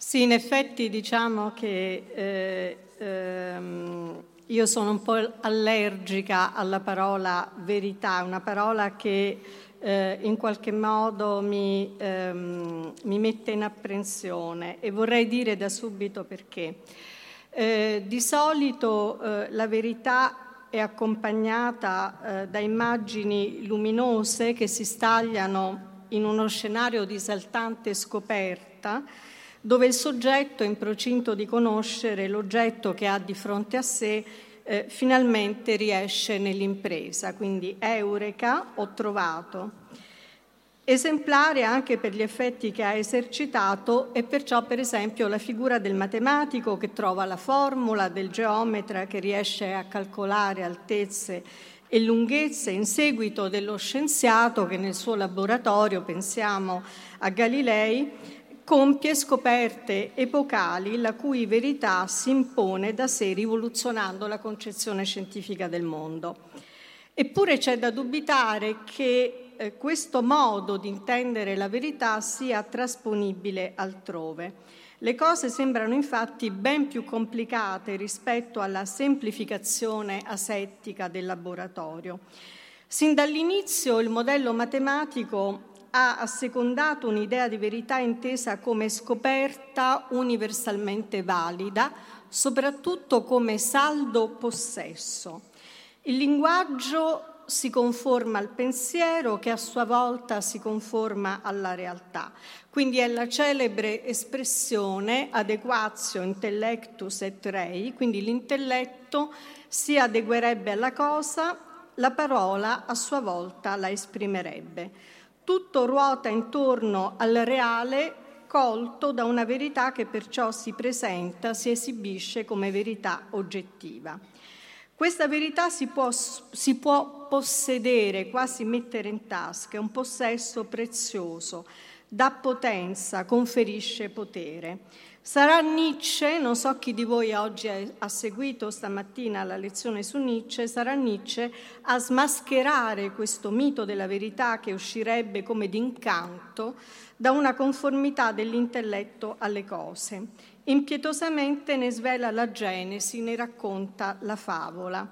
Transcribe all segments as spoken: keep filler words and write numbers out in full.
Sì, in effetti diciamo che eh, ehm, io sono un po' allergica alla parola verità, una parola che eh, in qualche modo mi, ehm, mi mette in apprensione, e vorrei dire da subito perché. Eh, di solito eh, la verità è accompagnata eh, da immagini luminose che si stagliano in uno scenario di esaltante scoperta, dove il soggetto è in procinto di conoscere l'oggetto che ha di fronte a sé, eh, finalmente riesce nell'impresa, quindi eureka, ho trovato. Esemplare anche per gli effetti che ha esercitato e perciò, per esempio, la figura del matematico che trova la formula, del geometra che riesce a calcolare altezze e lunghezze in seguito dello scienziato che nel suo laboratorio, pensiamo a Galilei, compie scoperte epocali la cui verità si impone da sé rivoluzionando la concezione scientifica del mondo. Eppure c'è da dubitare che eh, questo modo di intendere la verità sia trasponibile altrove. Le cose sembrano infatti ben più complicate rispetto alla semplificazione asettica del laboratorio. Sin dall'inizio il modello matematico ha assecondato un'idea di verità intesa come scoperta universalmente valida, soprattutto come saldo possesso. Il linguaggio si conforma al pensiero che a sua volta si conforma alla realtà. Quindi è la celebre espressione adequatio intellectus et rei, quindi l'intelletto si adeguerebbe alla cosa, la parola a sua volta la esprimerebbe. Tutto ruota intorno al reale colto da una verità che perciò si presenta, si esibisce come verità oggettiva. Questa verità si può, si può possedere, quasi mettere in tasca, è un possesso prezioso, dà potenza, conferisce potere. Sarà Nietzsche, non so chi di voi oggi ha seguito stamattina la lezione su Nietzsche, sarà Nietzsche a smascherare questo mito della verità che uscirebbe come d'incanto da una conformità dell'intelletto alle cose. Impietosamente ne svela la genesi, ne racconta la favola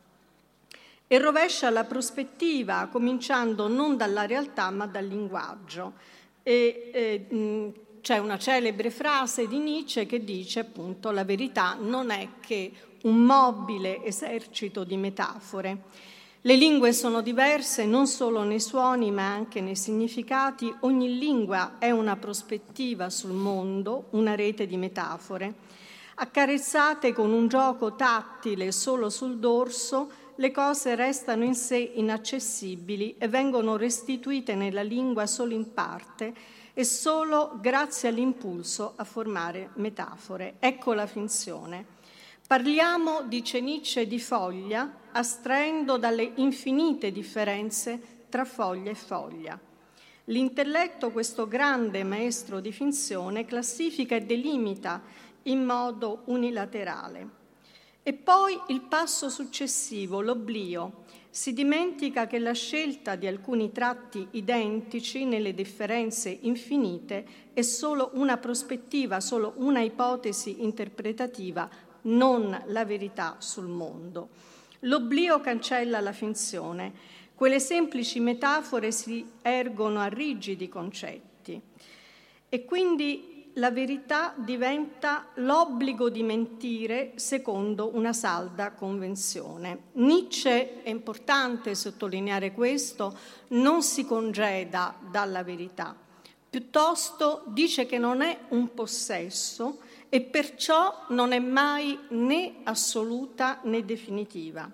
e rovescia la prospettiva, cominciando non dalla realtà ma dal linguaggio. E, e, mh, c'è una celebre frase di Nietzsche che dice appunto la verità non è che un mobile esercito di metafore. Le lingue sono diverse non solo nei suoni ma anche nei significati. Ogni lingua è una prospettiva sul mondo, una rete di metafore. Accarezzate con un gioco tattile solo sul dorso, le cose restano in sé inaccessibili e vengono restituite nella lingua solo in parte e solo grazie all'impulso a formare metafore. Ecco la finzione. Parliamo, dice Nietzsche, di foglia, astraendo dalle infinite differenze tra foglia e foglia. L'intelletto, questo grande maestro di finzione, classifica e delimita in modo unilaterale. E poi il passo successivo, l'oblio. Si dimentica che la scelta di alcuni tratti identici nelle differenze infinite è solo una prospettiva, solo una ipotesi interpretativa, non la verità sul mondo. L'oblio cancella la finzione. Quelle semplici metafore si ergono a rigidi concetti. E quindi la verità diventa l'obbligo di mentire secondo una salda convenzione. Nietzsche, è importante sottolineare questo, non si congeda dalla verità, piuttosto dice che non è un possesso e perciò non è mai né assoluta né definitiva.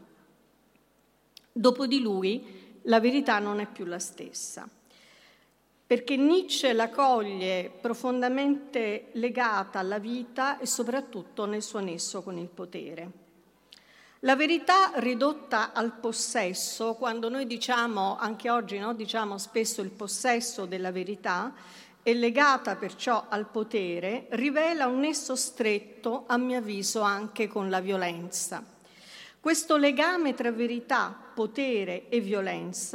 Dopo di lui la verità non è più la stessa, perché Nietzsche la coglie profondamente legata alla vita e soprattutto nel suo nesso con il potere. La verità ridotta al possesso, quando noi diciamo, anche oggi no, diciamo spesso il possesso della verità, è legata perciò al potere, rivela un nesso stretto, a mio avviso, anche con la violenza. Questo legame tra verità, potere e violenza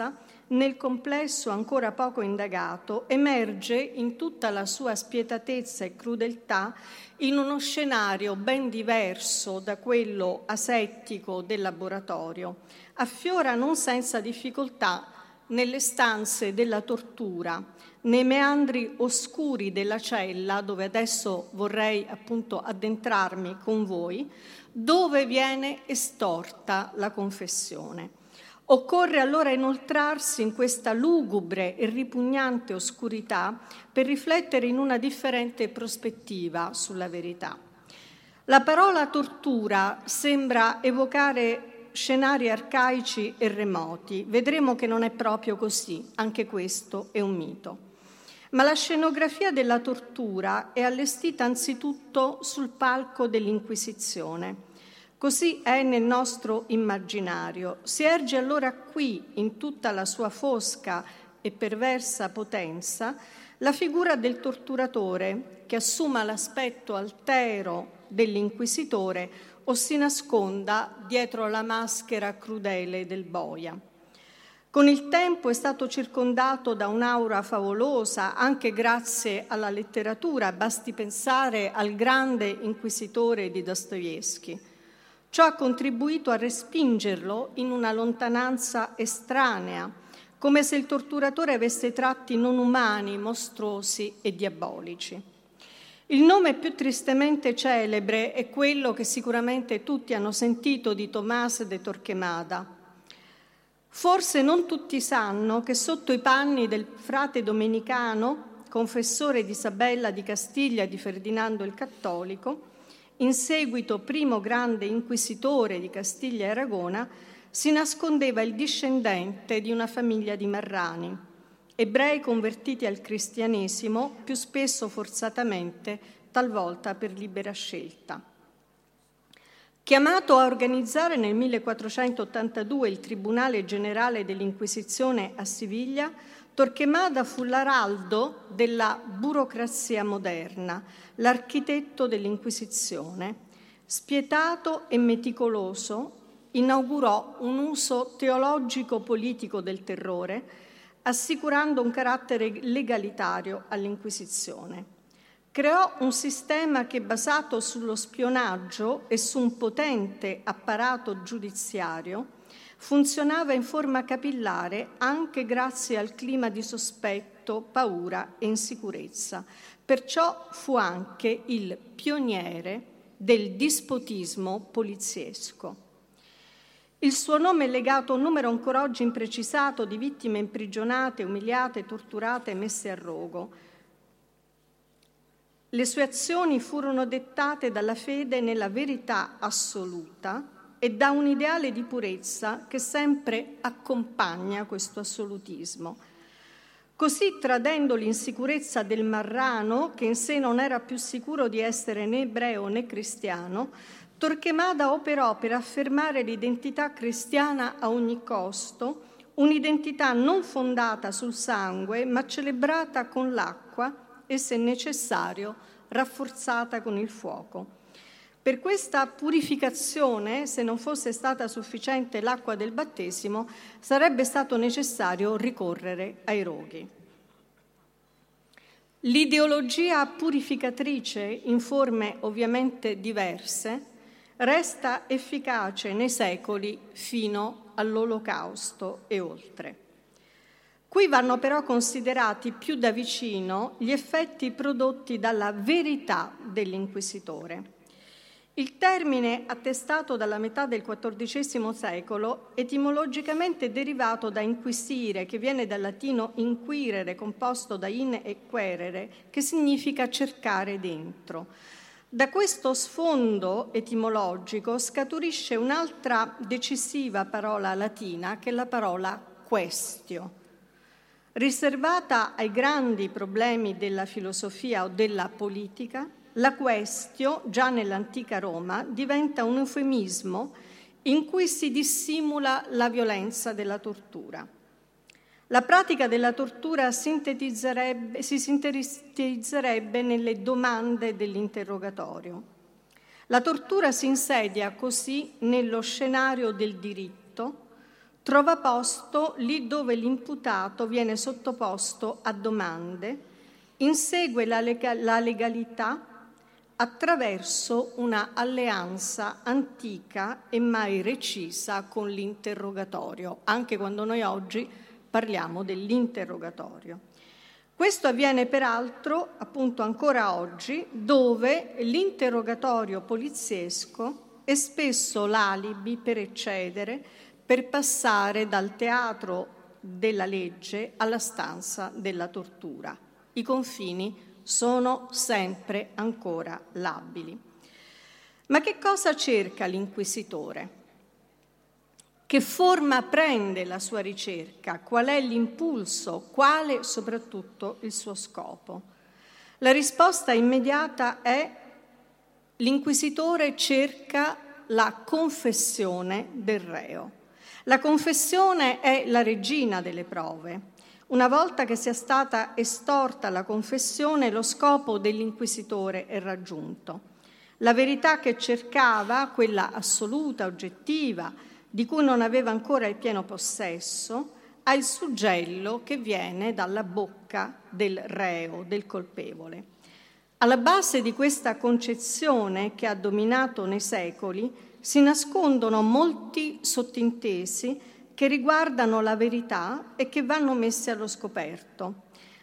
nel complesso ancora poco indagato, emerge in tutta la sua spietatezza e crudeltà in uno scenario ben diverso da quello asettico del laboratorio. Affiora non senza difficoltà nelle stanze della tortura, nei meandri oscuri della cella, dove adesso vorrei appunto addentrarmi con voi, dove viene estorta la confessione. Occorre allora inoltrarsi in questa lugubre e ripugnante oscurità per riflettere in una differente prospettiva sulla verità. La parola tortura sembra evocare scenari arcaici e remoti. Vedremo che non è proprio così, anche questo è un mito. Ma la scenografia della tortura è allestita anzitutto sul palco dell'Inquisizione. Così è nel nostro immaginario. Si erge allora qui, in tutta la sua fosca e perversa potenza, la figura del torturatore che assuma l'aspetto altero dell'inquisitore o si nasconda dietro la maschera crudele del boia. Con il tempo è stato circondato da un'aura favolosa, anche grazie alla letteratura, basti pensare al grande inquisitore di Dostoevskij. Ciò ha contribuito a respingerlo in una lontananza estranea, come se il torturatore avesse tratti non umani, mostruosi e diabolici. Il nome più tristemente celebre è quello che sicuramente tutti hanno sentito di Tomás de Torquemada. Forse non tutti sanno che sotto i panni del frate domenicano, confessore di Isabella di Castiglia e di Ferdinando il Cattolico, in seguito primo grande inquisitore di Castiglia e Aragona, si nascondeva il discendente di una famiglia di marrani, ebrei convertiti al cristianesimo, più spesso forzatamente, talvolta per libera scelta. Chiamato a organizzare nel millequattrocentottantadue il Tribunale Generale dell'Inquisizione a Siviglia, Torquemada fu l'araldo della burocrazia moderna, l'architetto dell'Inquisizione. Spietato e meticoloso, inaugurò un uso teologico-politico del terrore, assicurando un carattere legalitario all'Inquisizione. Creò un sistema che, basato sullo spionaggio e su un potente apparato giudiziario, funzionava in forma capillare anche grazie al clima di sospetto, paura e insicurezza. Perciò fu anche il pioniere del dispotismo poliziesco. Il suo nome è legato a un numero ancora oggi imprecisato di vittime imprigionate, umiliate, torturate e messe a rogo. Le sue azioni furono dettate dalla fede nella verità assoluta e da un ideale di purezza che sempre accompagna questo assolutismo. Così, tradendo l'insicurezza del marrano, che in sé non era più sicuro di essere né ebreo né cristiano, Torquemada operò per affermare l'identità cristiana a ogni costo, un'identità non fondata sul sangue, ma celebrata con l'acqua e, se necessario, rafforzata con il fuoco. Per questa purificazione, se non fosse stata sufficiente l'acqua del battesimo, sarebbe stato necessario ricorrere ai roghi. L'ideologia purificatrice, in forme ovviamente diverse, resta efficace nei secoli fino all'Olocausto e oltre. Qui vanno però considerati più da vicino gli effetti prodotti dalla verità dell'inquisitore. Il termine, attestato dalla metà del quattordicesimo secolo, etimologicamente derivato da inquisire, che viene dal latino inquirere, composto da in e querere, che significa cercare dentro. Da questo sfondo etimologico scaturisce un'altra decisiva parola latina, che è la parola quaestio. Riservata ai grandi problemi della filosofia o della politica, la quaestio, già nell'antica Roma, diventa un eufemismo in cui si dissimula la violenza della tortura. La pratica della tortura sintetizzerebbe, si sintetizzerebbe nelle domande dell'interrogatorio. La tortura si insedia così nello scenario del diritto, trova posto lì dove l'imputato viene sottoposto a domande, insegue la, lega- la legalità attraverso una alleanza antica e mai recisa con l'interrogatorio, anche quando noi oggi parliamo dell'interrogatorio. Questo avviene peraltro appunto ancora oggi, dove l'interrogatorio poliziesco è spesso l'alibi per eccedere, per passare dal teatro della legge alla stanza della tortura. I confini sono sempre ancora labili. Ma che cosa cerca l'inquisitore? Che forma prende la sua ricerca? Qual è l'impulso? Quale soprattutto il suo scopo? La risposta immediata è: l'inquisitore cerca la confessione del reo. La confessione è la regina delle prove. Una volta che sia stata estorta la confessione, lo scopo dell'inquisitore è raggiunto. La verità che cercava, quella assoluta, oggettiva, di cui non aveva ancora il pieno possesso, ha il suggello che viene dalla bocca del reo, del colpevole. Alla base di questa concezione che ha dominato nei secoli si nascondono molti sottintesi che riguardano la verità e che vanno messi allo scoperto.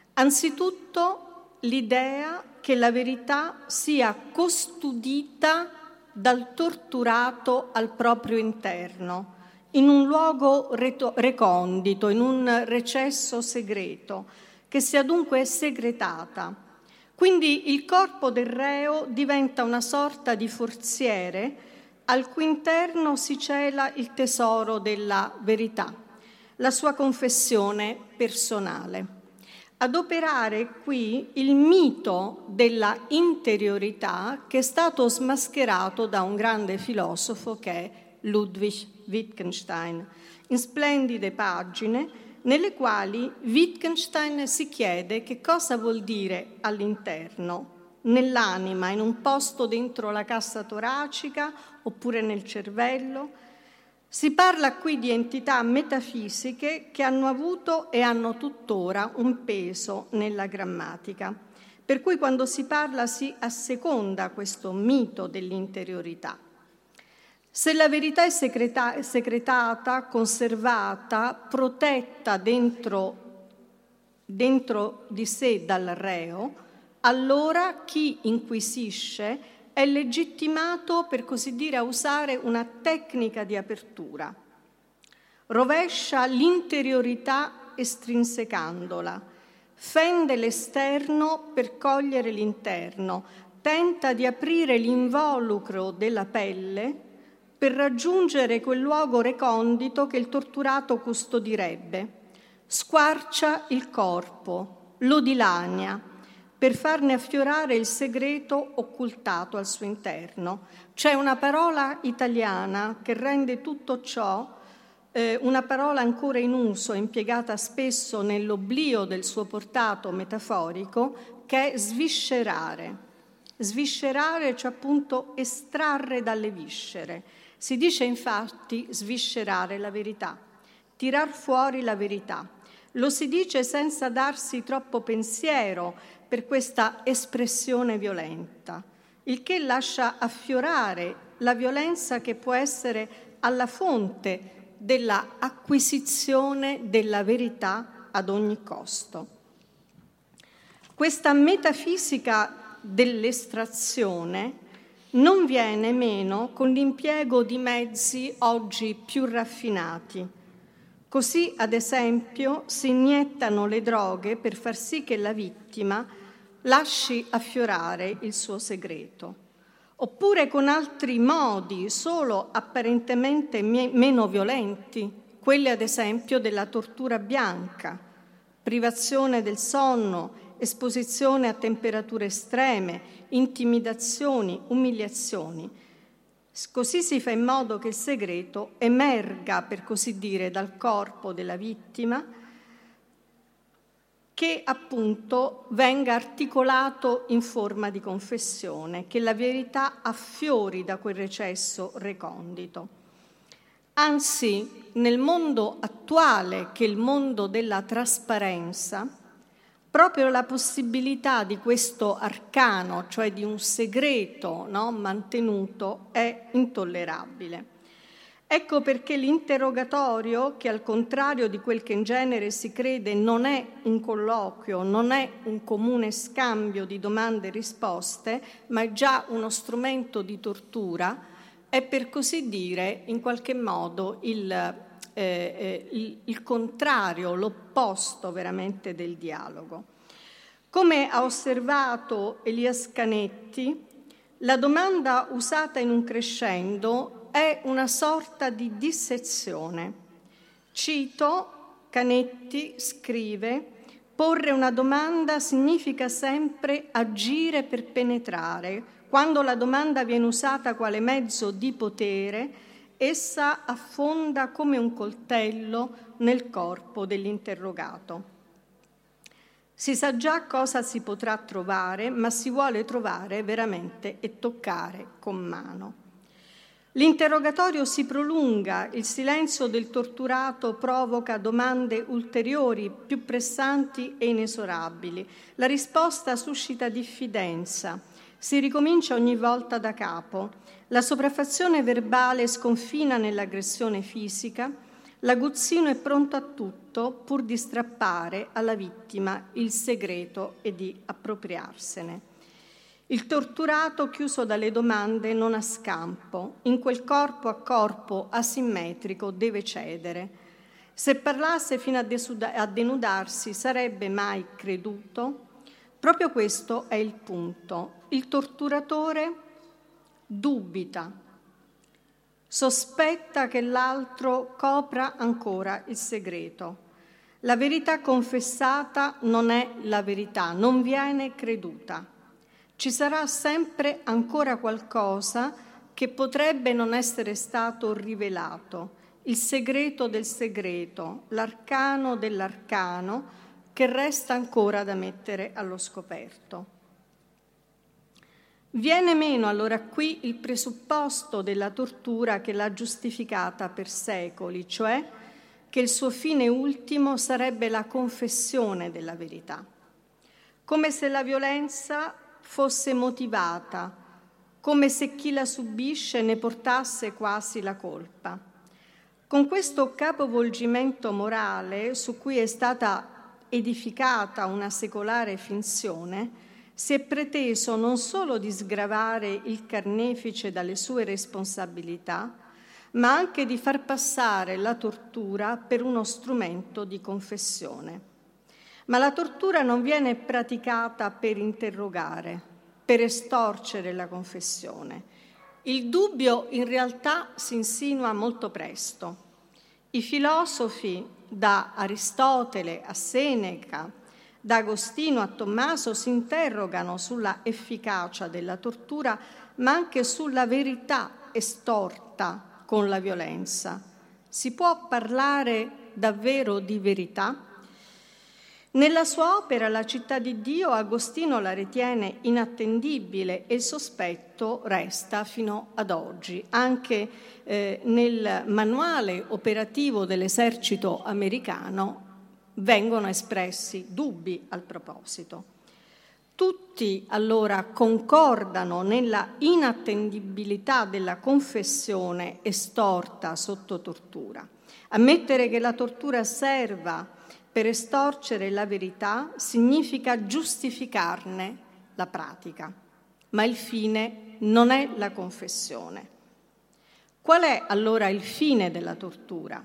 Anzitutto l'idea che la verità sia custodita dal torturato al proprio interno, in un luogo reto- recondito, in un recesso segreto, che sia dunque segretata. Quindi il corpo del reo diventa una sorta di forziere al cui interno si cela il tesoro della verità, la sua confessione personale. Ad operare qui il mito della interiorità che è stato smascherato da un grande filosofo che è Ludwig Wittgenstein, in splendide pagine nelle quali Wittgenstein si chiede che cosa vuol dire all'interno, nell'anima, in un posto dentro la cassa toracica oppure nel cervello. Si parla qui di entità metafisiche che hanno avuto e hanno tuttora un peso nella grammatica, per cui quando si parla si asseconda questo mito dell'interiorità. Se la verità è secreta- secretata, conservata, protetta dentro, dentro di sé dal reo, allora chi inquisisce è legittimato, per così dire, a usare una tecnica di apertura. Rovescia l'interiorità estrinsecandola, fende l'esterno per cogliere l'interno, tenta di aprire l'involucro della pelle per raggiungere quel luogo recondito che il torturato custodirebbe. Squarcia il corpo, lo dilania, per farne affiorare il segreto occultato al suo interno. C'è una parola italiana che rende tutto ciò, eh, una parola ancora in uso, impiegata spesso nell'oblio del suo portato metaforico, che è sviscerare. Sviscerare, cioè appunto estrarre dalle viscere. Si dice infatti sviscerare la verità, tirar fuori la verità. Lo si dice senza darsi troppo pensiero per questa espressione violenta, il che lascia affiorare la violenza che può essere alla fonte della acquisizione della verità ad ogni costo. Questa metafisica dell'estrazione non viene meno con l'impiego di mezzi oggi più raffinati. Così, ad esempio, si iniettano le droghe per far sì che la vittima lasci affiorare il suo segreto, oppure con altri modi, solo apparentemente me- meno violenti, quelli ad esempio della tortura bianca, privazione del sonno, esposizione a temperature estreme, intimidazioni, umiliazioni. Così si fa in modo che il segreto emerga, per così dire, dal corpo della vittima, che appunto venga articolato in forma di confessione, che la verità affiori da quel recesso recondito. Anzi, nel mondo attuale, che è il mondo della trasparenza, proprio la possibilità di questo arcano, cioè di un segreto, no, mantenuto, è intollerabile. Ecco perché l'interrogatorio, che al contrario di quel che in genere si crede non è un colloquio, non è un comune scambio di domande e risposte, ma è già uno strumento di tortura, è per così dire in qualche modo il, eh, eh, il, il contrario, l'opposto veramente del dialogo. Come ha osservato Elias Canetti, la domanda usata in un crescendo è una sorta di dissezione. Cito, Canetti scrive: porre una domanda significa sempre agire per penetrare. Quando la domanda viene usata quale mezzo di potere, essa affonda come un coltello nel corpo dell'interrogato. Si sa già cosa si potrà trovare, ma si vuole trovare veramente e toccare con mano. L'interrogatorio si prolunga, il silenzio del torturato provoca domande ulteriori, più pressanti e inesorabili. La risposta suscita diffidenza, si ricomincia ogni volta da capo. La sopraffazione verbale sconfina nell'aggressione fisica, l'aguzzino è pronto a tutto pur di strappare alla vittima il segreto e di appropriarsene. Il torturato, chiuso dalle domande, non ha scampo. In quel corpo a corpo asimmetrico deve cedere. Se parlasse fino a, desuda- a denudarsi, sarebbe mai creduto? Proprio questo è il punto. Il torturatore dubita, sospetta che l'altro copra ancora il segreto. La verità confessata non è la verità, non viene creduta. Ci sarà sempre ancora qualcosa che potrebbe non essere stato rivelato, il segreto del segreto, l'arcano dell'arcano che resta ancora da mettere allo scoperto. Viene meno allora qui il presupposto della tortura che l'ha giustificata per secoli, cioè che il suo fine ultimo sarebbe la confessione della verità, come se la violenza fosse motivata, come se chi la subisce ne portasse quasi la colpa. Con questo capovolgimento morale su cui è stata edificata una secolare finzione, si è preteso non solo di sgravare il carnefice dalle sue responsabilità, ma anche di far passare la tortura per uno strumento di confessione. Ma la tortura non viene praticata per interrogare, per estorcere la confessione. Il dubbio in realtà si insinua molto presto. I filosofi, da Aristotele a Seneca, da Agostino a Tommaso, si interrogano sulla efficacia della tortura, ma anche sulla verità estorta con la violenza. Si può parlare davvero di verità? Nella sua opera La città di Dio, Agostino la ritiene inattendibile e il sospetto resta fino ad oggi. Anche eh, nel manuale operativo dell'esercito americano vengono espressi dubbi al proposito. Tutti allora concordano nella inattendibilità della confessione estorta sotto tortura. Ammettere che la tortura serva per estorcere la verità significa giustificarne la pratica, ma il fine non è la confessione. Qual è allora il fine della tortura?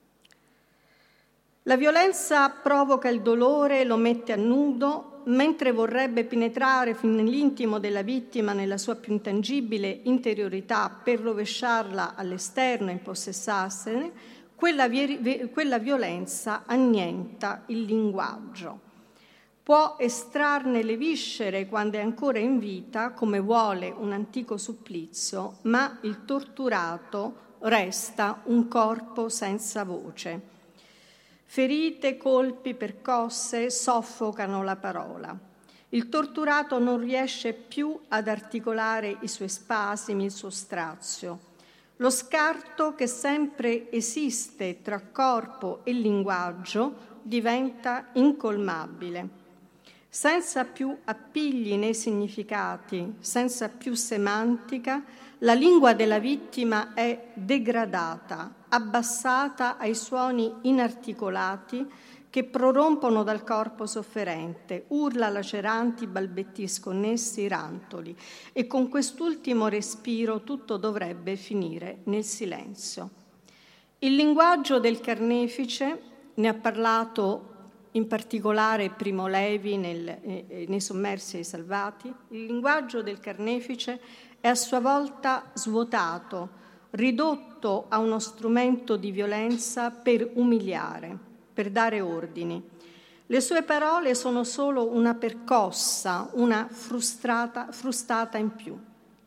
La violenza provoca il dolore, lo mette a nudo, mentre vorrebbe penetrare fin nell'intimo della vittima, nella sua più intangibile interiorità, per rovesciarla all'esterno e impossessarsene. Quella, vi- quella violenza annienta il linguaggio. Può estrarne le viscere quando è ancora in vita, come vuole un antico supplizio, ma il torturato resta un corpo senza voce. Ferite, colpi, percosse soffocano la parola. Il torturato non riesce più ad articolare i suoi spasimi, il suo strazio. Lo scarto che sempre esiste tra corpo e linguaggio diventa incolmabile. Senza più appigli nei significati, senza più semantica, la lingua della vittima è degradata, abbassata ai suoni inarticolati che prorompono dal corpo sofferente, urla laceranti, balbetti sconnessi, rantoli, e con quest'ultimo respiro tutto dovrebbe finire nel silenzio. Il linguaggio del carnefice, ne ha parlato in particolare Primo Levi nel, eh, nei Sommersi e ai Salvati, il linguaggio del carnefice è a sua volta svuotato, ridotto a uno strumento di violenza per umiliare, per dare ordini. Le sue parole sono solo una percossa, una frustrata, frustata in più.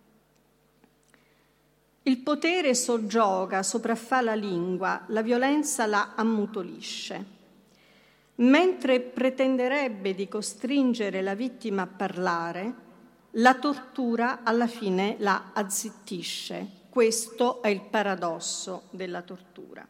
Il potere soggioga, sopraffa la lingua, la violenza la ammutolisce. Mentre pretenderebbe di costringere la vittima a parlare, la tortura alla fine la azzittisce. Questo è il paradosso della tortura.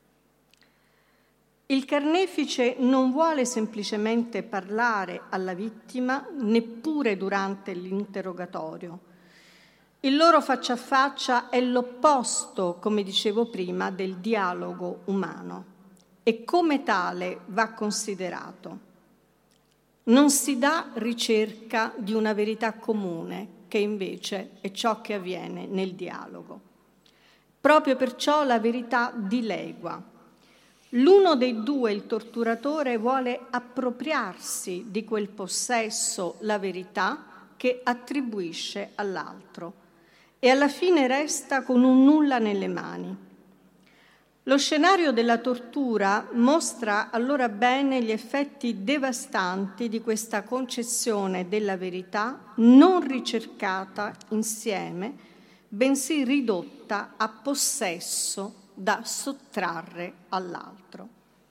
Il carnefice non vuole semplicemente parlare alla vittima, neppure durante l'interrogatorio. Il loro faccia a faccia è l'opposto, come dicevo prima, del dialogo umano e come tale va considerato. Non si dà ricerca di una verità comune, che invece è ciò che avviene nel dialogo. Proprio perciò la verità dilegua. L'uno dei due, il torturatore, vuole appropriarsi di quel possesso, la verità, che attribuisce all'altro e alla fine resta con un nulla nelle mani. Lo scenario della tortura mostra allora bene gli effetti devastanti di questa concezione della verità non ricercata insieme, bensì ridotta a possesso da sottrarre all'altro.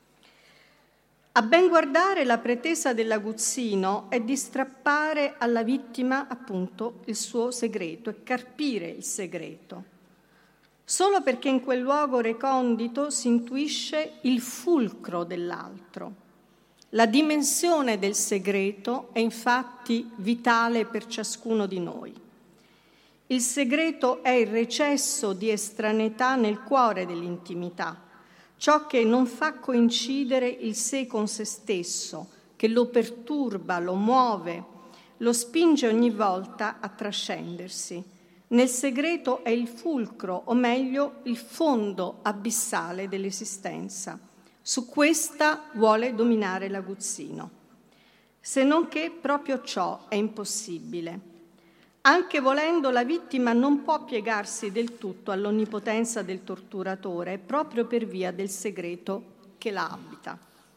A ben guardare, la pretesa dell'aguzzino è di strappare alla vittima appunto il suo segreto e carpire il segreto, solo perché in quel luogo recondito si intuisce il fulcro dell'altro. La dimensione del segreto è infatti vitale per ciascuno di noi. Il segreto è il recesso di estraneità nel cuore dell'intimità, ciò che non fa coincidere il sé con se stesso, che lo perturba, lo muove, lo spinge ogni volta a trascendersi. Nel segreto è il fulcro, o meglio, il fondo abissale dell'esistenza. Su questa vuole dominare l'aguzzino. Se non che proprio ciò è impossibile. Anche volendo, la vittima non può piegarsi del tutto all'onnipotenza del torturatore proprio per via del segreto che la abita.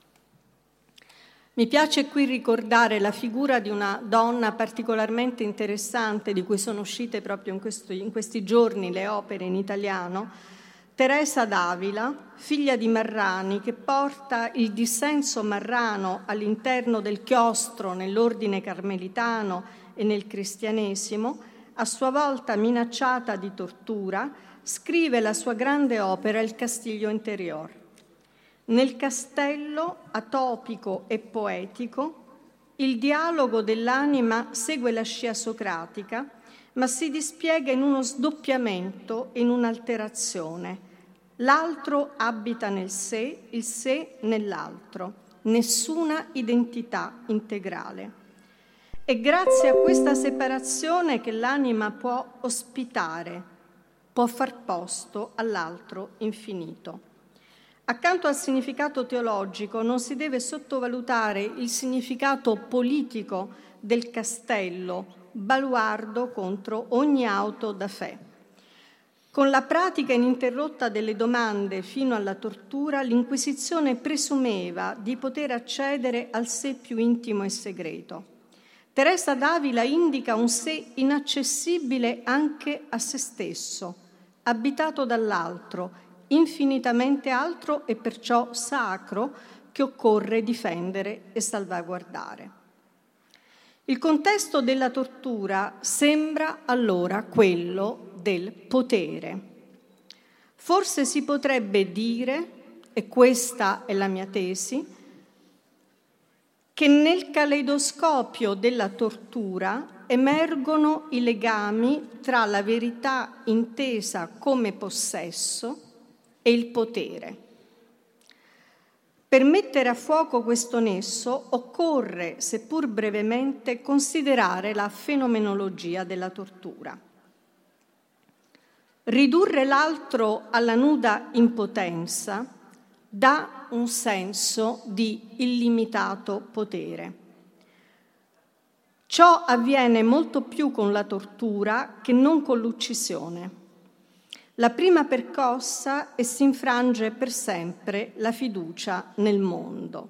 Mi piace qui ricordare la figura di una donna particolarmente interessante, di cui sono uscite proprio in, questo, in questi giorni le opere in italiano, Teresa d'Avila, figlia di Marrani, che porta il dissenso marrano all'interno del chiostro nell'ordine carmelitano e nel cristianesimo, a sua volta minacciata di tortura, scrive la sua grande opera Il Castillo Interior. Nel castello, atopico e poetico, il dialogo dell'anima segue la scia socratica, ma si dispiega in uno sdoppiamento e in un'alterazione. L'altro abita nel sé, il sé nell'altro, nessuna identità integrale. È grazie a questa separazione che l'anima può ospitare, può far posto all'altro infinito. Accanto al significato teologico non si deve sottovalutare il significato politico del castello, baluardo contro ogni auto da fé. Con la pratica ininterrotta delle domande fino alla tortura, l'Inquisizione presumeva di poter accedere al sé più intimo e segreto. Teresa d'Avila indica un sé inaccessibile anche a se stesso, abitato dall'altro, infinitamente altro e perciò sacro, che occorre difendere e salvaguardare. Il contesto della tortura sembra allora quello del potere. Forse si potrebbe dire, e questa è la mia tesi, che nel caleidoscopio della tortura emergono i legami tra la verità intesa come possesso e il potere. Per mettere a fuoco questo nesso occorre, seppur brevemente, considerare la fenomenologia della tortura. Ridurre l'altro alla nuda impotenza dà un senso di illimitato potere. Ciò avviene molto più con la tortura che non con l'uccisione. La prima percossa e si infrange per sempre la fiducia nel mondo.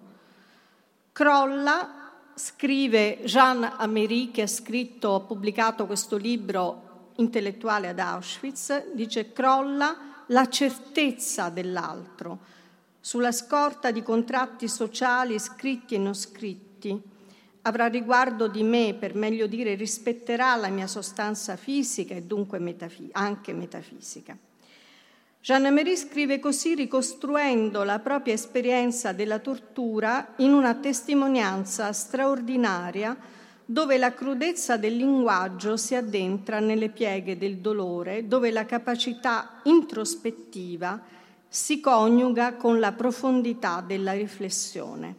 Crolla, scrive Jean Améry, che ha scritto, ha pubblicato questo libro Intellettuale ad Auschwitz, dice: crolla la certezza dell'altro sulla scorta di contratti sociali scritti e non scritti. Avrà riguardo di me, per meglio dire, rispetterà la mia sostanza fisica e dunque metafi- anche metafisica. Jean Améry scrive così, ricostruendo la propria esperienza della tortura in una testimonianza straordinaria, dove la crudezza del linguaggio si addentra nelle pieghe del dolore, dove la capacità introspettiva si coniuga con la profondità della riflessione.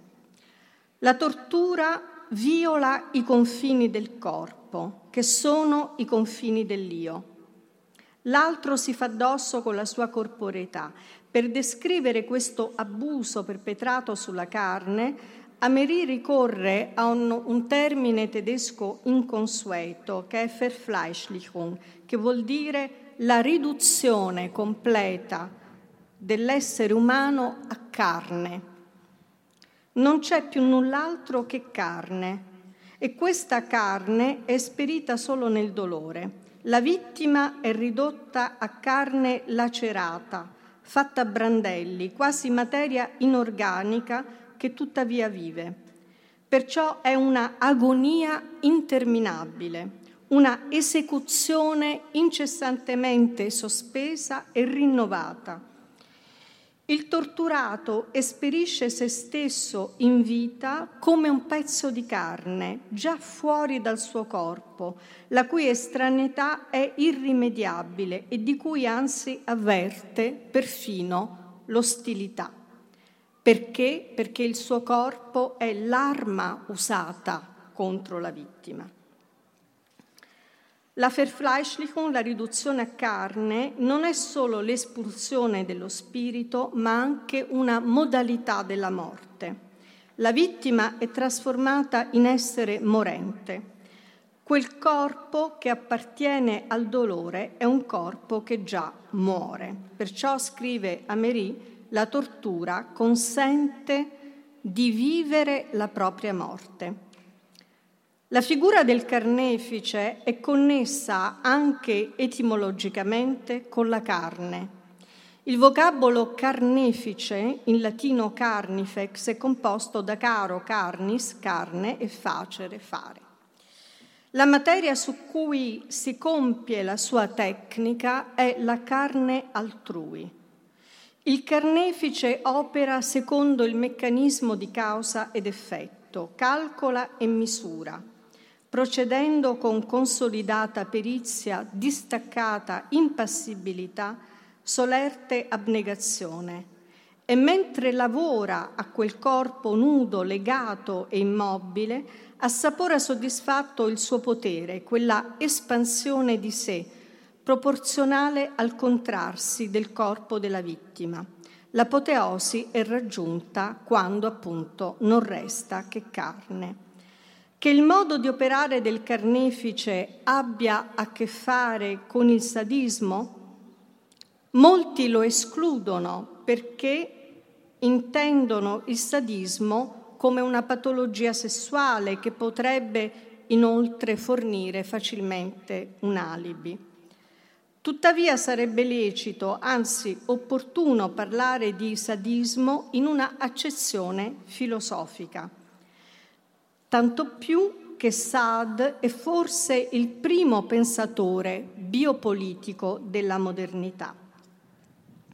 La tortura viola i confini del corpo, che sono i confini dell'io. L'altro si fa addosso con la sua corporeità. Per descrivere questo abuso perpetrato sulla carne, Améry ricorre a un, un termine tedesco inconsueto, che è Verfleischlichung, che vuol dire la riduzione completa dell'essere umano a carne. Non c'è più null'altro che carne, e questa carne è esperita solo nel dolore. La vittima è ridotta a carne lacerata, fatta a brandelli, quasi materia inorganica che tuttavia vive. Perciò è una agonia interminabile, una esecuzione incessantemente sospesa e rinnovata. Il torturato esperisce se stesso in vita come un pezzo di carne, già fuori dal suo corpo, la cui estraneità è irrimediabile e di cui anzi avverte perfino l'ostilità. Perché? Perché il suo corpo è l'arma usata contro la vittima. La Verfleischlichung, la riduzione a carne, non è solo l'espulsione dello spirito, ma anche una modalità della morte. La vittima è trasformata in essere morente. Quel corpo che appartiene al dolore è un corpo che già muore. Perciò, scrive Améry, la tortura consente di vivere la propria morte. La figura del carnefice è connessa anche etimologicamente con la carne. Il vocabolo carnefice, in latino carnifex, è composto da caro, carnis, carne, e facere, fare. La materia su cui si compie la sua tecnica è la carne altrui. Il carnefice opera secondo il meccanismo di causa ed effetto, calcola e misura, procedendo con consolidata perizia, distaccata impassibilità, solerte abnegazione. E mentre lavora a quel corpo nudo, legato e immobile, assapora soddisfatto il suo potere, quella espansione di sé, proporzionale al contrarsi del corpo della vittima. L'apoteosi è raggiunta quando appunto non resta che carne. Che il modo di operare del carnefice abbia a che fare con il sadismo? Molti lo escludono perché intendono il sadismo come una patologia sessuale che potrebbe inoltre fornire facilmente un alibi. Tuttavia sarebbe lecito, anzi opportuno, parlare di sadismo in una accezione filosofica. Tanto più che Saad è forse il primo pensatore biopolitico della modernità.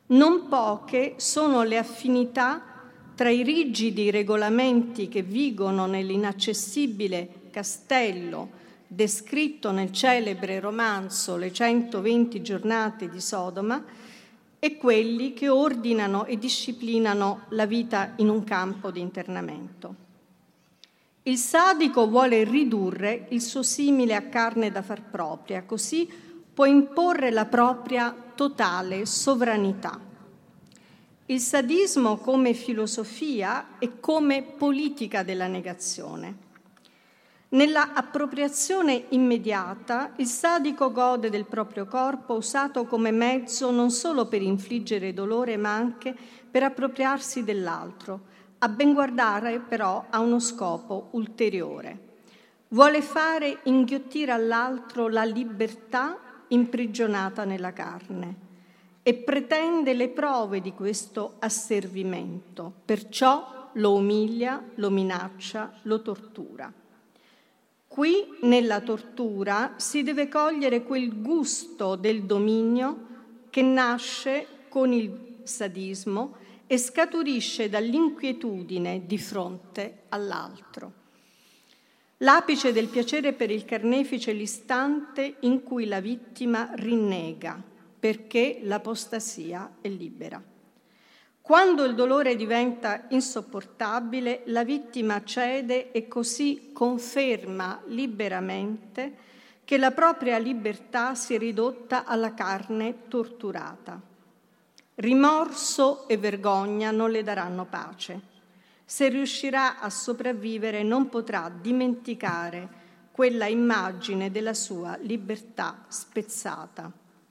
Non poche sono le affinità tra i rigidi regolamenti che vigono nell'inaccessibile castello descritto nel celebre romanzo Le centoventi giornate di Sodoma e quelli che ordinano e disciplinano la vita in un campo di internamento. Il sadico vuole ridurre il suo simile a carne da far propria, così può imporre la propria totale sovranità. Il sadismo come filosofia e come politica della negazione. Nella appropriazione immediata, il sadico gode del proprio corpo usato come mezzo non solo per infliggere dolore, ma anche per appropriarsi dell'altro. A ben guardare, però, ha uno scopo ulteriore. Vuole fare inghiottire all'altro la libertà imprigionata nella carne e pretende le prove di questo asservimento, perciò lo umilia, lo minaccia, lo tortura. Qui, nella tortura, si deve cogliere quel gusto del dominio che nasce con il sadismo e scaturisce dall'inquietudine di fronte all'altro. L'apice del piacere per il carnefice è l'istante in cui la vittima rinnega, perché l'apostasia è libera. Quando il dolore diventa insopportabile, la vittima cede e così conferma liberamente che la propria libertà si è ridotta alla carne torturata. Rimorso e vergogna non le daranno pace. Se riuscirà a sopravvivere, non potrà dimenticare quella immagine della sua libertà spezzata.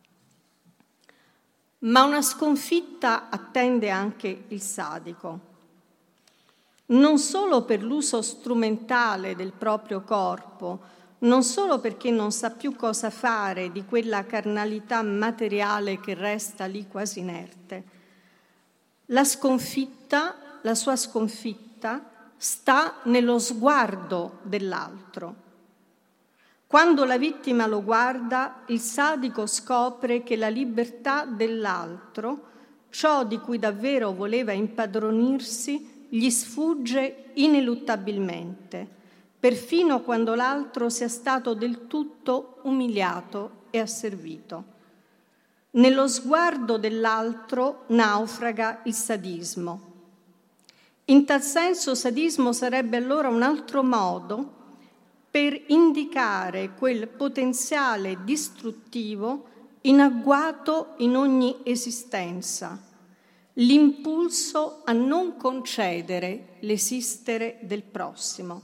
Ma una sconfitta attende anche il sadico, non solo per l'uso strumentale del proprio corpo, non solo perché non sa più cosa fare di quella carnalità materiale che resta lì quasi inerte. La sconfitta, la sua sconfitta, sta nello sguardo dell'altro. Quando la vittima lo guarda, il sadico scopre che la libertà dell'altro, ciò di cui davvero voleva impadronirsi, gli sfugge ineluttabilmente, perfino quando l'altro sia stato del tutto umiliato e asservito. Nello sguardo dell'altro naufraga il sadismo. In tal senso, sadismo sarebbe allora un altro modo per indicare quel potenziale distruttivo in agguato in ogni esistenza, l'impulso a non concedere l'esistere del prossimo.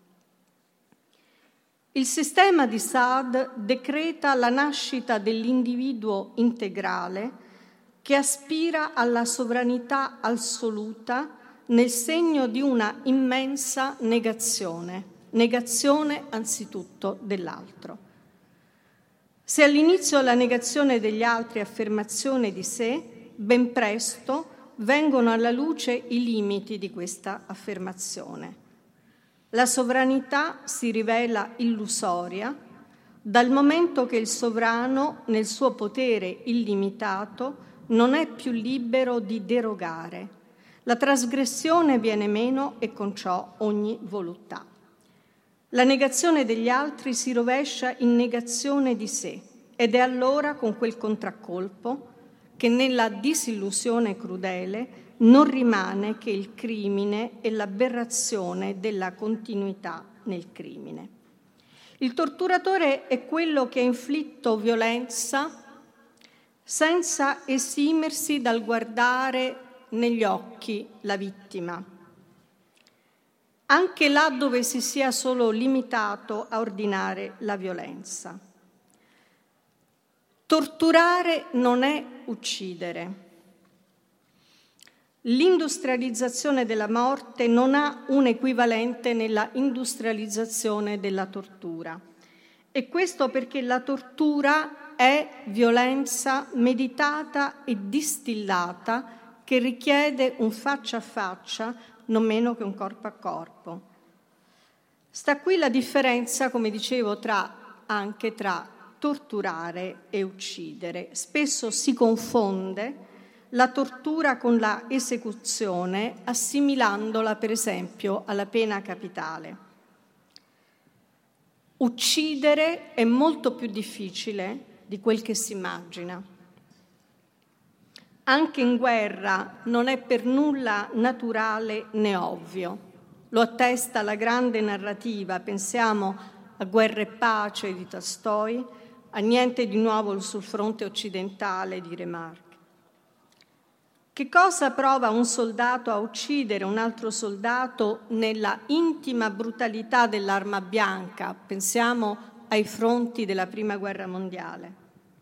Il sistema di Saad decreta la nascita dell'individuo integrale che aspira alla sovranità assoluta nel segno di una immensa negazione. Negazione anzitutto dell'altro. Se all'inizio la negazione degli altri è affermazione di sé, ben presto vengono alla luce i limiti di questa affermazione. La sovranità si rivela illusoria dal momento che il sovrano, nel suo potere illimitato, non è più libero di derogare. La trasgressione viene meno e con ciò ogni voluttà. La negazione degli altri si rovescia in negazione di sé ed è allora con quel contraccolpo che nella disillusione crudele non rimane che il crimine e l'aberrazione della continuità nel crimine. Il torturatore è quello che ha inflitto violenza senza esimersi dal guardare negli occhi la vittima, anche là dove si sia solo limitato a ordinare la violenza. Torturare non è uccidere. L'industrializzazione della morte non ha un equivalente nella industrializzazione della tortura. E questo perché la tortura è violenza meditata e distillata che richiede un faccia a faccia non meno che un corpo a corpo. Sta qui la differenza, come dicevo, tra, anche tra torturare e uccidere. Spesso si confonde la tortura con la esecuzione, assimilandola per esempio alla pena capitale. Uccidere è molto più difficile di quel che si immagina. Anche in guerra non è per nulla naturale né ovvio. Lo attesta la grande narrativa, pensiamo a Guerra e pace di Tolstoj, a Niente di nuovo sul fronte occidentale di Remarque. Che cosa prova un soldato a uccidere un altro soldato nella intima brutalità dell'arma bianca? Pensiamo ai fronti della Prima Guerra Mondiale.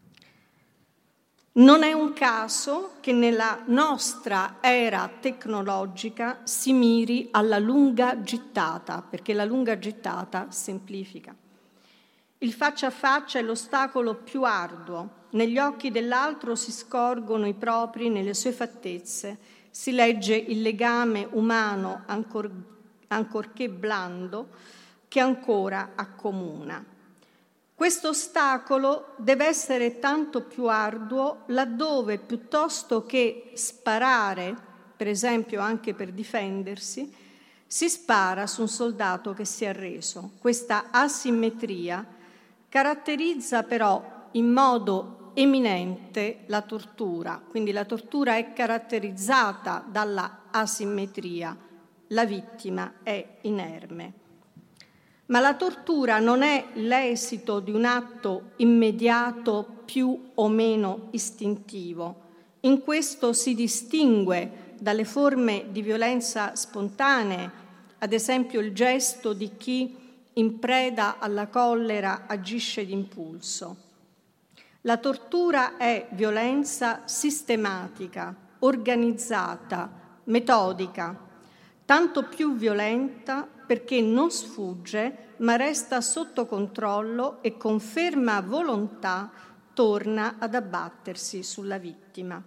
Non è un caso che nella nostra era tecnologica si miri alla lunga gittata, perché la lunga gittata semplifica. Il faccia a faccia è l'ostacolo più arduo. Negli occhi dell'altro si scorgono i propri nelle sue fattezze, si legge il legame umano ancor, ancorché blando che ancora accomuna. Questo ostacolo deve essere tanto più arduo laddove, piuttosto che sparare, per esempio anche per difendersi, si spara su un soldato che si è arreso. Questa asimmetria caratterizza però in modo eminente la tortura, quindi la tortura è caratterizzata dalla asimmetria, la vittima è inerme. Ma la tortura non è l'esito di un atto immediato più o meno istintivo. In questo si distingue dalle forme di violenza spontanee, ad esempio il gesto di chi in preda alla collera agisce d'impulso. La tortura è violenza sistematica, organizzata, metodica, tanto più violenta perché non sfugge, ma resta sotto controllo e con ferma volontà torna ad abbattersi sulla vittima.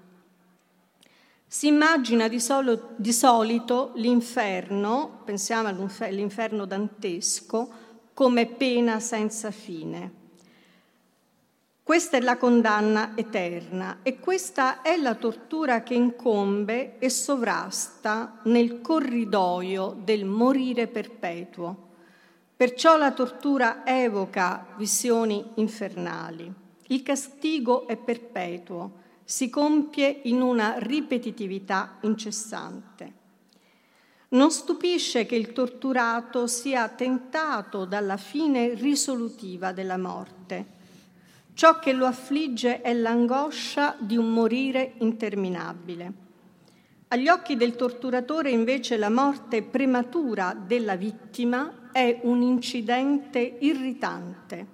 Si immagina di, solo, di solito l'inferno, pensiamo all'inferno dantesco, come pena senza fine. Questa è la condanna eterna e questa è la tortura che incombe e sovrasta nel corridoio del morire perpetuo. Perciò la tortura evoca visioni infernali. Il castigo è perpetuo, si compie in una ripetitività incessante. Non stupisce che il torturato sia tentato dalla fine risolutiva della morte. Ciò che lo affligge è l'angoscia di un morire interminabile. Agli occhi del torturatore, invece, la morte prematura della vittima è un incidente irritante.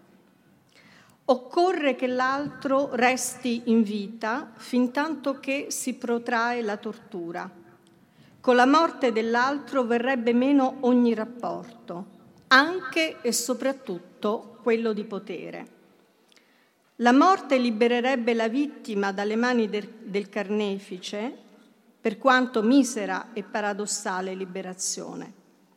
Occorre che l'altro resti in vita fintanto che si protrae la tortura. Con la morte dell'altro verrebbe meno ogni rapporto, anche e soprattutto quello di potere. La morte libererebbe la vittima dalle mani del, del carnefice, per quanto misera e paradossale liberazione.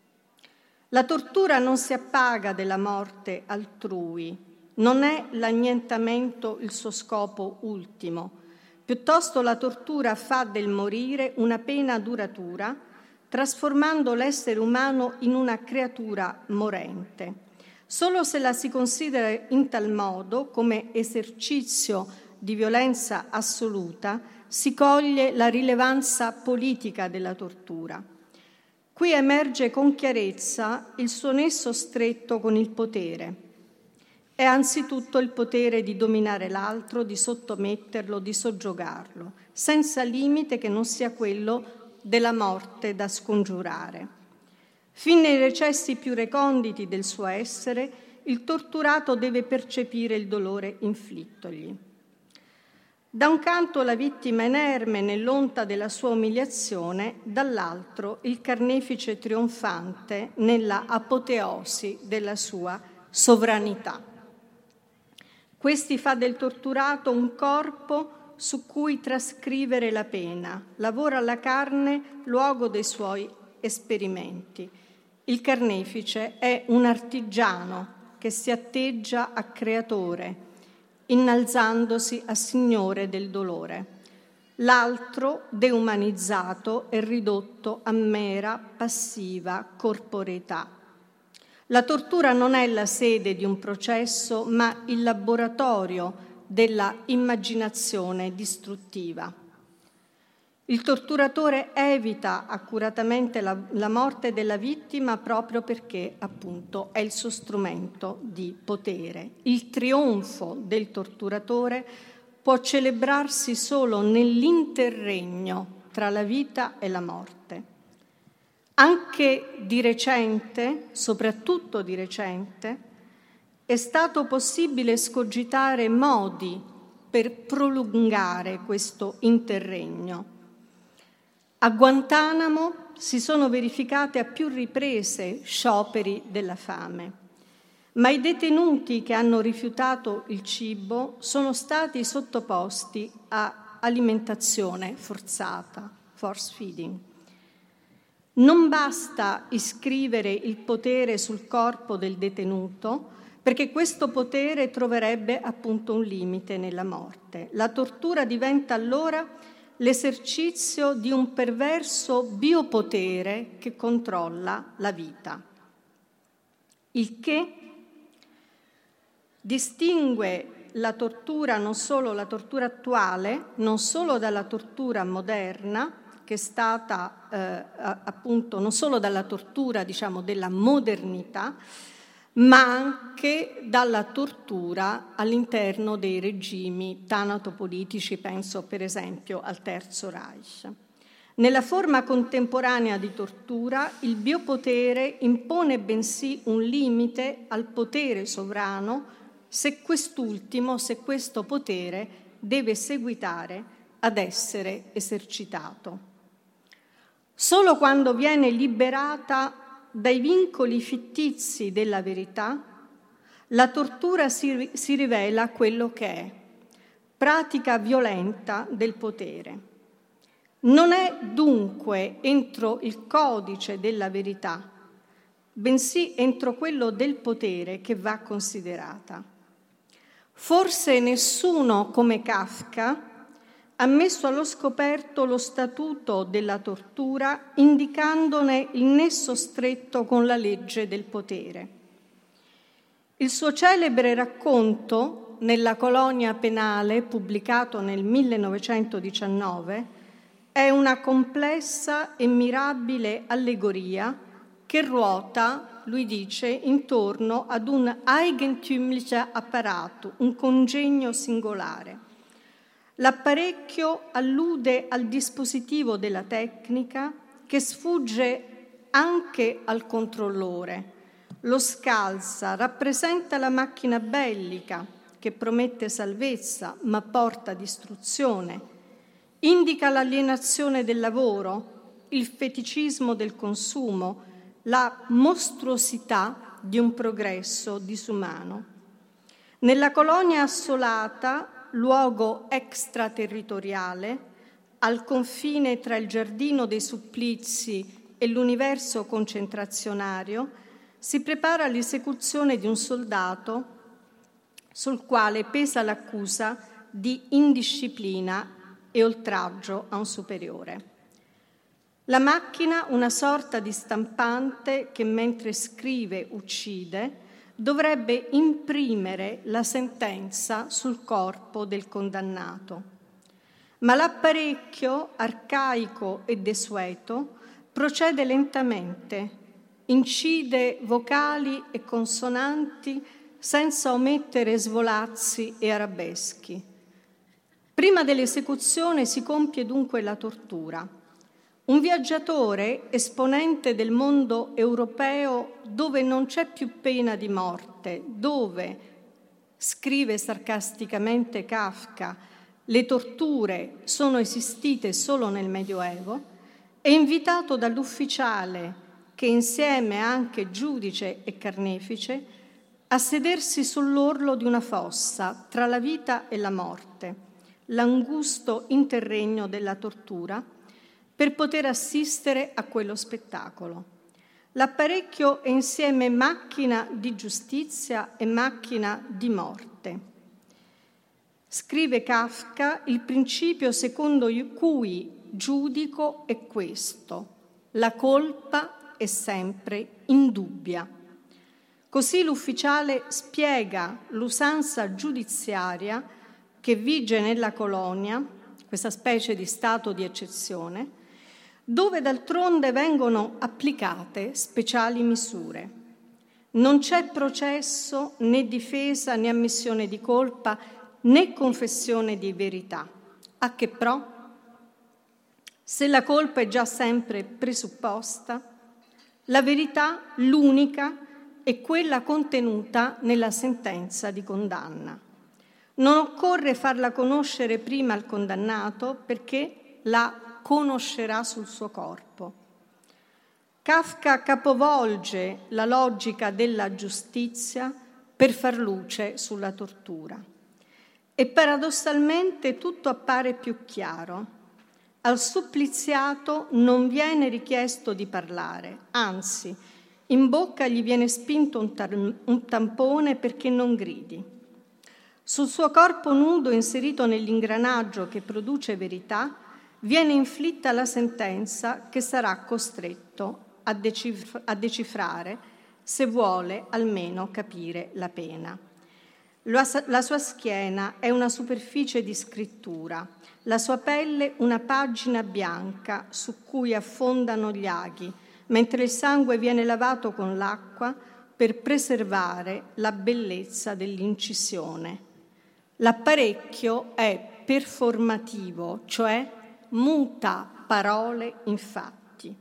La tortura non si appaga della morte altrui, non è l'annientamento il suo scopo ultimo. Piuttosto la tortura fa del morire una pena duratura, trasformando l'essere umano in una creatura morente. Solo se la si considera in tal modo, come esercizio di violenza assoluta, si coglie la rilevanza politica della tortura. Qui emerge con chiarezza il suo nesso stretto con il potere. È anzitutto il potere di dominare l'altro, di sottometterlo, di soggiogarlo, senza limite che non sia quello della morte da scongiurare. Fin nei recessi più reconditi del suo essere, il torturato deve percepire il dolore inflittogli. Da un canto la vittima inerme nell'onta della sua umiliazione, dall'altro il carnefice trionfante nella apoteosi della sua sovranità. Questi fa del torturato un corpo su cui trascrivere la pena, lavora la carne, luogo dei suoi esperimenti. Il carnefice è un artigiano che si atteggia a creatore, innalzandosi a signore del dolore. l'altro deumanizzato e ridotto a mera passiva corporeità. La tortura non è la sede di un processo, ma il laboratorio della immaginazione distruttiva. Il torturatore evita accuratamente la, la morte della vittima proprio perché, appunto, è il suo strumento di potere. Il trionfo del torturatore può celebrarsi solo nell'interregno tra la vita e la morte. Anche di recente, soprattutto di recente, è stato possibile escogitare modi per prolungare questo interregno. A Guantanamo si sono verificati a più riprese scioperi della fame, ma i detenuti che hanno rifiutato il cibo sono stati sottoposti a alimentazione forzata, force feeding. Non basta iscrivere il potere sul corpo del detenuto, perché questo potere troverebbe appunto un limite nella morte. La tortura diventa allora l'esercizio di un perverso biopotere che controlla la vita, il che distingue la tortura, non solo la tortura attuale, non solo dalla tortura moderna, che è stata eh, appunto non solo dalla tortura, diciamo, della modernità, ma anche dalla tortura all'interno dei regimi tanatopolitici, penso per esempio al Terzo Reich. Nella forma contemporanea di tortura, il biopotere impone bensì un limite al potere sovrano se quest'ultimo, se questo potere deve seguitare ad essere esercitato. Solo quando viene liberata dai vincoli fittizi della verità, la tortura si, si rivela quello che è, pratica violenta del potere. Non è dunque entro il codice della verità, bensì entro quello del potere che va considerata. Forse nessuno come Kafka ha messo allo scoperto lo statuto della tortura, indicandone il nesso stretto con la legge del potere. Il suo celebre racconto, Nella colonia penale, pubblicato nel millenovecentodiciannove, è una complessa e mirabile allegoria che ruota, lui dice, intorno ad un eigentümlicher Apparato, un congegno singolare. L'apparecchio allude al dispositivo della tecnica che sfugge anche al controllore. Lo scalza, rappresenta la macchina bellica che promette salvezza ma porta distruzione, indica l'alienazione del lavoro, il feticismo del consumo, la mostruosità di un progresso disumano. Nella colonia assolata, luogo extraterritoriale, al confine tra il giardino dei supplizi e l'universo concentrazionario, si prepara l'esecuzione di un soldato sul quale pesa l'accusa di indisciplina e oltraggio a un superiore. La macchina, una sorta di stampante che mentre scrive uccide, dovrebbe imprimere la sentenza sul corpo del condannato. Ma l'apparecchio, arcaico e desueto, procede lentamente, incide vocali e consonanti senza omettere svolazzi e arabeschi. Prima dell'esecuzione si compie dunque la tortura. Un viaggiatore, esponente del mondo europeo dove non c'è più pena di morte, dove, scrive sarcasticamente Kafka, le torture sono esistite solo nel Medioevo, è invitato dall'ufficiale, che insieme anche giudice e carnefice, a sedersi sull'orlo di una fossa tra la vita e la morte, l'angusto interregno della tortura, per poter assistere a quello spettacolo. L'apparecchio è insieme macchina di giustizia e macchina di morte. Scrive Kafka, il principio secondo cui giudico è questo: la colpa è sempre indubbia. Così l'ufficiale spiega l'usanza giudiziaria che vige nella colonia, questa specie di stato di eccezione, dove d'altronde vengono applicate speciali misure. Non c'è processo, né difesa, né ammissione di colpa, né confessione di verità. A che pro? Se la colpa è già sempre presupposta, la verità, l'unica, è quella contenuta nella sentenza di condanna. Non occorre farla conoscere prima al condannato perché la conoscerà sul suo corpo. Kafka capovolge la logica della giustizia per far luce sulla tortura. E paradossalmente tutto appare più chiaro. Al suppliziato non viene richiesto di parlare, anzi, in bocca gli viene spinto un, tar- un tampone perché non gridi. Sul suo corpo nudo inserito nell'ingranaggio che produce verità viene inflitta la sentenza che sarà costretto a, decif- a decifrare se vuole almeno capire la pena. La sua schiena è una superficie di scrittura, la sua pelle una pagina bianca su cui affondano gli aghi, mentre il sangue viene lavato con l'acqua per preservare la bellezza dell'incisione. L'apparecchio è performativo, cioè muta parole in fatti.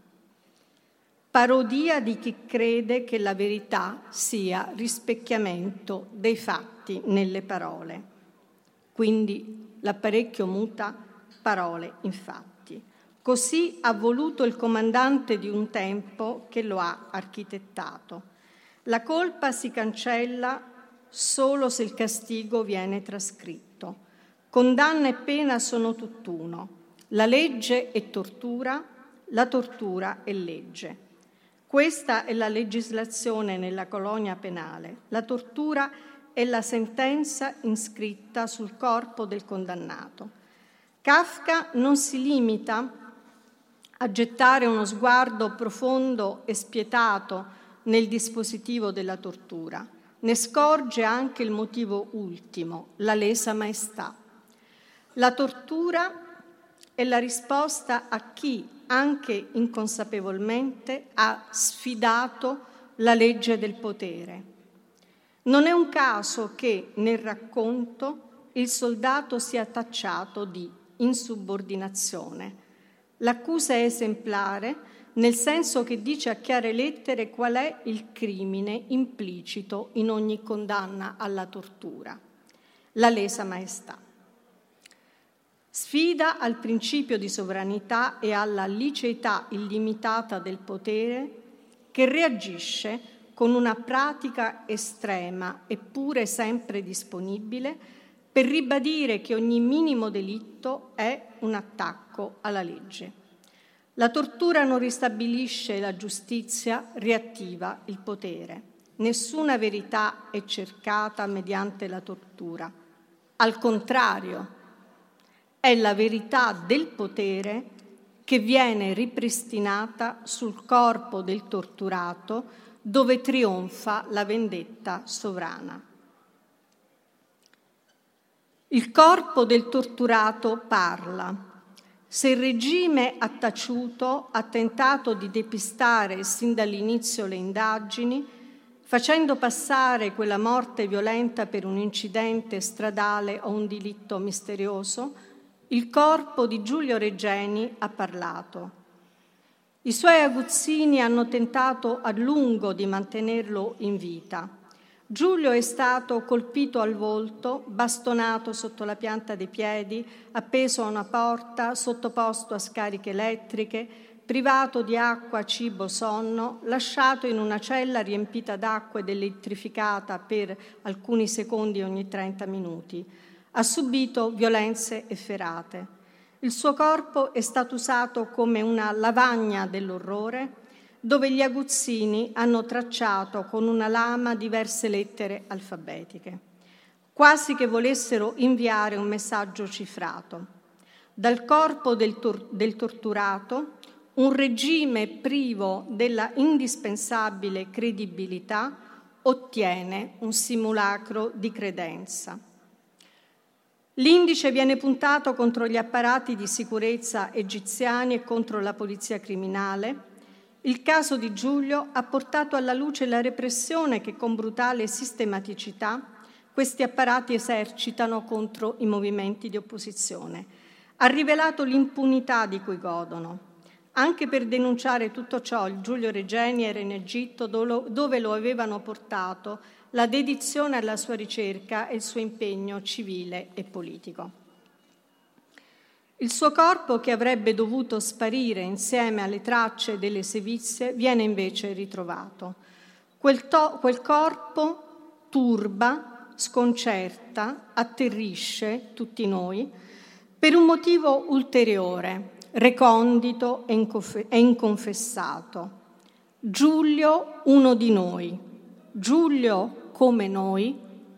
Parodia di chi crede che la verità sia rispecchiamento dei fatti nelle parole. Quindi l'apparecchio muta parole in fatti. Così ha voluto il comandante di un tempo che lo ha architettato. La colpa si cancella solo se il castigo viene trascritto. Condanna e pena sono tutt'uno. La legge è tortura, la tortura è legge. Questa è la legislazione nella colonia penale. La tortura è la sentenza inscritta sul corpo del condannato. Kafka non si limita a gettare uno sguardo profondo e spietato nel dispositivo della tortura. Ne scorge anche il motivo ultimo, la lesa maestà. La tortura è la risposta a chi, anche inconsapevolmente, ha sfidato la legge del potere. Non è un caso che nel racconto il soldato sia tacciato di insubordinazione. L'accusa è esemplare nel senso che dice a chiare lettere qual è il crimine implicito in ogni condanna alla tortura: la lesa maestà. Sfida al principio di sovranità e alla liceità illimitata del potere che reagisce con una pratica estrema eppure sempre disponibile per ribadire che ogni minimo delitto è un attacco alla legge. La tortura non ristabilisce la giustizia, riattiva il potere. Nessuna verità è cercata mediante la tortura. Al contrario, è la verità del potere che viene ripristinata sul corpo del torturato, dove trionfa la vendetta sovrana. Il corpo del torturato parla. Se il regime ha taciuto, ha tentato di depistare sin dall'inizio le indagini, facendo passare quella morte violenta per un incidente stradale o un delitto misterioso, il corpo di Giulio Regeni ha parlato. I suoi aguzzini hanno tentato a lungo di mantenerlo in vita. Giulio è stato colpito al volto, bastonato sotto la pianta dei piedi, appeso a una porta, sottoposto a scariche elettriche, privato di acqua, cibo, sonno, lasciato in una cella riempita d'acqua ed elettrificata per alcuni secondi ogni trenta minuti. Ha subito violenze efferate. Il suo corpo è stato usato come una lavagna dell'orrore, dove gli aguzzini hanno tracciato con una lama diverse lettere alfabetiche. quasi che volessero inviare un messaggio cifrato. Dal corpo del, tor- del torturato, un regime privo della indispensabile credibilità ottiene un simulacro di credenza. L'indice viene puntato contro gli apparati di sicurezza egiziani e contro la polizia criminale. Il caso di Giulio ha portato alla luce la repressione che con brutale sistematicità questi apparati esercitano contro i movimenti di opposizione. Ha rivelato l'impunità di cui godono. Anche per denunciare tutto ciò, il Giulio Regeni era in Egitto, dove lo avevano portato la dedizione alla sua ricerca e il suo impegno civile e politico. Il suo corpo, che avrebbe dovuto sparire insieme alle tracce delle sevizie, viene invece ritrovato. Quel, to- quel corpo turba, sconcerta, atterrisce tutti noi per un motivo ulteriore, recondito e inconfessato. Giulio, uno di noi. Giulio come noi,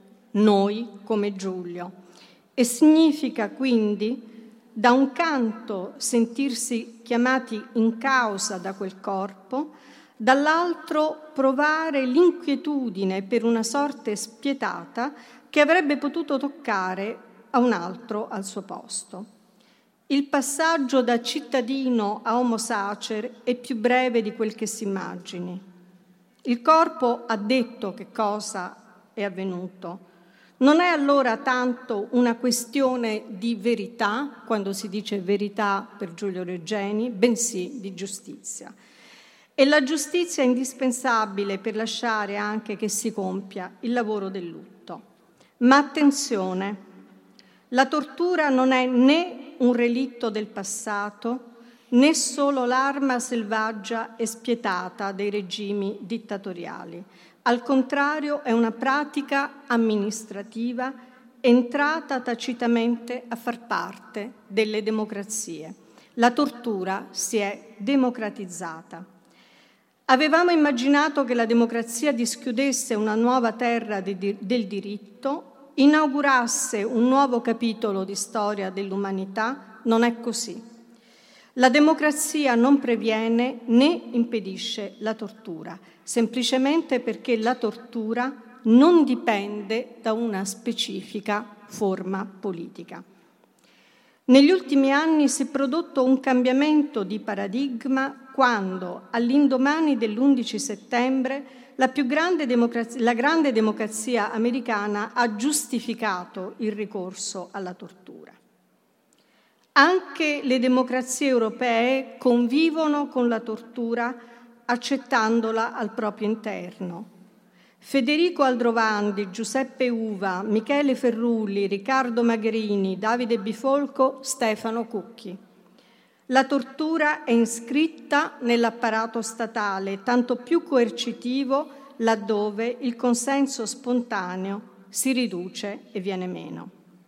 noi come Giulio. E significa quindi, da un canto, sentirsi chiamati in causa da quel corpo, dall'altro provare l'inquietudine per una sorte spietata che avrebbe potuto toccare a un altro al suo posto. Il passaggio da cittadino a homo sacer è più breve di quel che si immagini. Il corpo ha detto che cosa è avvenuto. Non è allora tanto una questione di verità, quando si dice verità per Giulio Regeni, bensì di giustizia. E la giustizia è indispensabile per lasciare anche che si compia il lavoro del lutto. Ma attenzione, la tortura non è né un relitto del passato, né solo l'arma selvaggia e spietata dei regimi dittatoriali. Al contrario, è una pratica amministrativa entrata tacitamente a far parte delle democrazie. La tortura si è democratizzata. Avevamo immaginato che la democrazia dischiudesse una nuova terra del diritto, inaugurasse un nuovo capitolo di storia dell'umanità. Non è così. La democrazia non previene né impedisce la tortura, semplicemente perché la tortura non dipende da una specifica forma politica. Negli ultimi anni si è prodotto un cambiamento di paradigma quando, all'indomani dell'undici settembre, la più grande democrazia, la grande democrazia americana ha giustificato il ricorso alla tortura. Anche le democrazie europee convivono con la tortura accettandola al proprio interno. Federico Aldrovandi, Giuseppe Uva, Michele Ferrulli, Riccardo Magherini, Davide Bifolco, Stefano Cucchi. La tortura è iscritta nell'apparato statale, tanto più coercitivo laddove il consenso spontaneo si riduce e viene meno.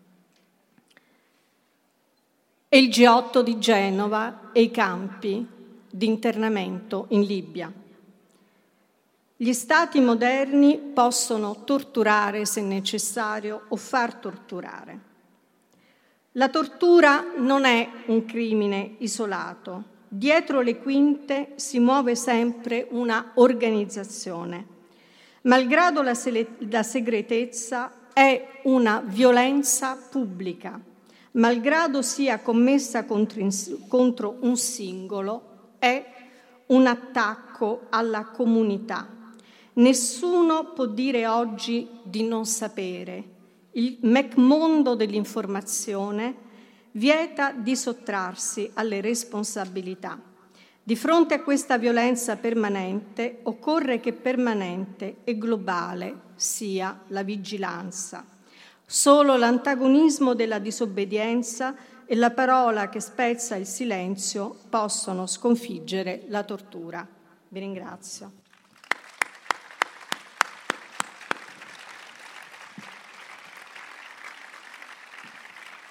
E il G otto di Genova e i campi di internamento in Libia. Gli stati moderni possono torturare se necessario o far torturare. La tortura non è un crimine isolato. Dietro le quinte si muove sempre una organizzazione. Malgrado la, sele- la segretezza, è una violenza pubblica. Malgrado sia commessa contro, in- contro un singolo, è un attacco alla comunità. Nessuno può dire oggi di non sapere. Il mecmondo dell'informazione vieta di sottrarsi alle responsabilità. Di fronte a questa violenza permanente occorre che permanente e globale sia la vigilanza. Solo l'antagonismo della disobbedienza e la parola che spezza il silenzio possono sconfiggere la tortura. Vi ringrazio.